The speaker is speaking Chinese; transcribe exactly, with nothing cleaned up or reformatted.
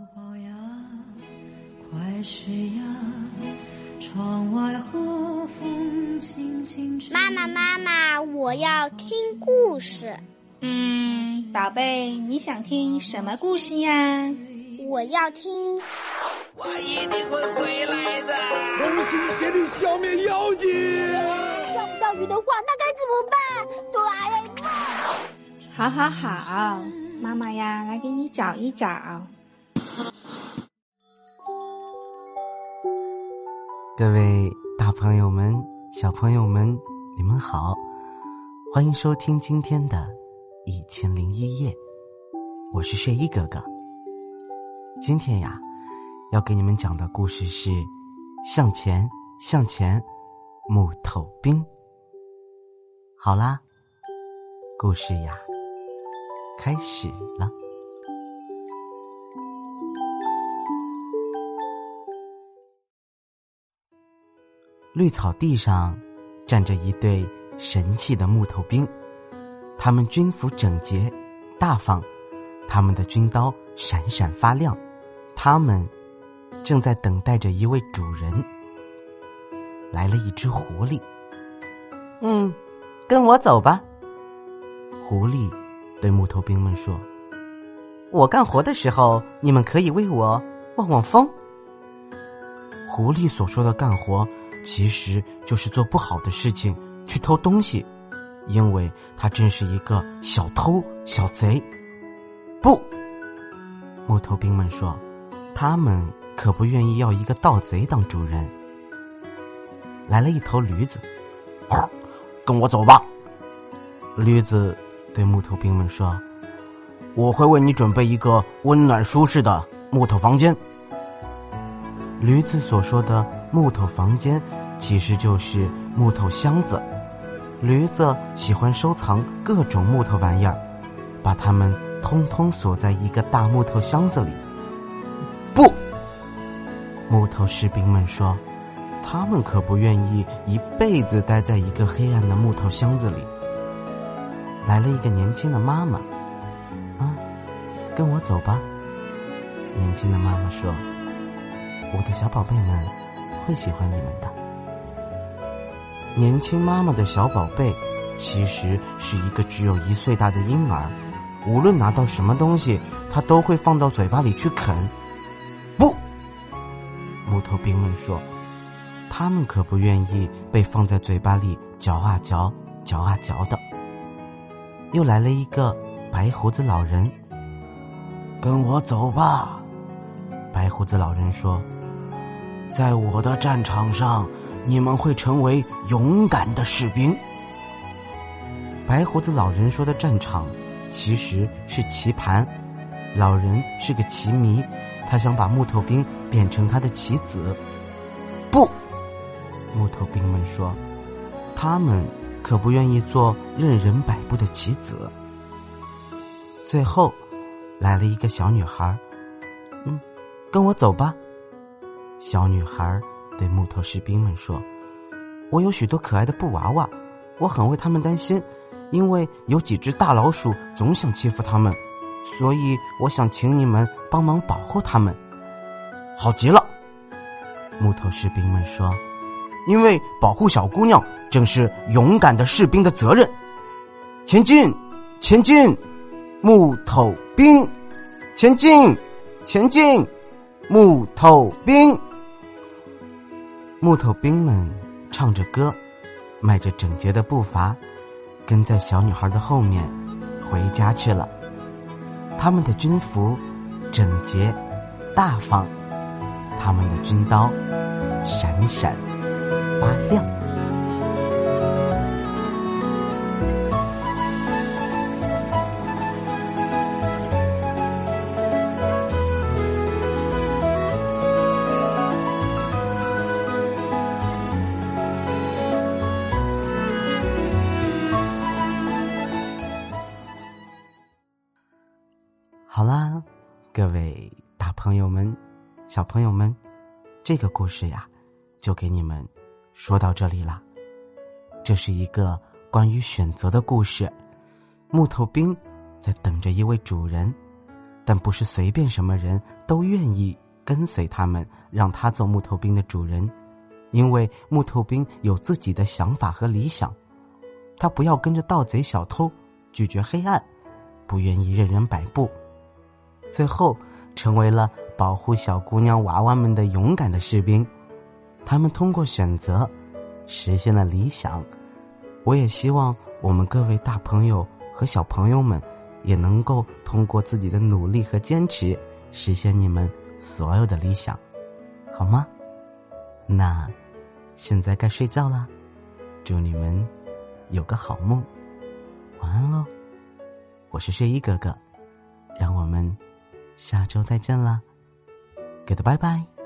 宝呀，快睡呀，窗外和风轻轻吹。 妈妈妈妈，我要听故事。 嗯，宝贝，你想听什么故事呀？ 我要听。 我一定会回来的。 同心协力消灭妖精。 钓不到鱼的话，那该怎么办？哆啦 A 梦。 好好好，妈妈呀，来给你找一找。 各位大朋友们、小朋友们，你们好，欢迎收听今天的一千零一夜，我是睡衣哥哥。今天呀，要给你们讲的故事是向前向前木头兵。好啦，故事呀开始了。绿草地上站着一队神气的木头兵，他们军服整洁大方，他们的军刀闪闪发亮，他们正在等待着一位主人。来了一只狐狸。嗯，跟我走吧。狐狸对木头兵们说，我干活的时候，你们可以为我望望风。狐狸所说的干活其实就是做不好的事情，去偷东西，因为他真是一个小偷小贼。不，木头兵们说，他们可不愿意要一个盗贼当主人。来了一头驴子， 跟我走吧。 驴子对木头兵们说，我会为你准备一个温暖舒适的木头房间。驴子所说的木头房间其实就是木头箱子，驴子喜欢收藏各种木头玩意儿，把它们通通锁在一个大木头箱子里。不，木头士兵们说，他们可不愿意一辈子待在一个黑暗的木头箱子里。来了一个年轻的妈妈，啊，跟我走吧。年轻的妈妈说，我的小宝贝们会喜欢你们的。年轻妈妈的小宝贝其实是一个只有一岁大的婴儿，无论拿到什么东西，他都会放到嘴巴里去啃。不，木头兵们说，他们可不愿意被放在嘴巴里嚼啊嚼嚼啊嚼的。又来了一个白胡子老人。跟我走吧。白胡子老人说，在我的战场上，你们会成为勇敢的士兵。白胡子老人说的战场其实是棋盘，老人是个棋迷，他想把木头兵变成他的棋子。不，木头兵们说，他们可不愿意做任人摆布的棋子。最后来了一个小女孩。嗯，跟我走吧。小女孩对木头士兵们说，我有许多可爱的布娃娃，我很为他们担心，因为有几只大老鼠总想欺负他们，所以我想请你们帮忙保护他们。好极了，木头士兵们说，因为保护小姑娘正是勇敢的士兵的责任。前进，前进，木头兵！前进，前进，木头兵！木头兵们唱着歌，迈着整洁的步伐，跟在小女孩的后面回家去了。他们的军服整洁大方，他们的军刀闪闪发亮。好啦，各位大朋友们、小朋友们，这个故事呀，就给你们说到这里了。这是一个关于选择的故事，木头兵在等着一位主人， 但不是随便什么人都愿意跟随他们，让他做木头兵的主人，因为木头兵有自己的想法和理想。他不要跟着盗贼小偷，拒绝黑暗，不愿意任人摆布，最后成为了保护小姑娘娃娃们的勇敢的士兵。他们通过选择实现了理想。我也希望我们各位大朋友和小朋友们也能够通过自己的努力和坚持实现你们所有的理想，好吗？那现在该睡觉啦，祝你们有个好梦，晚安喽。我是睡衣哥哥，让我们下周再见啦， Goodbye bye。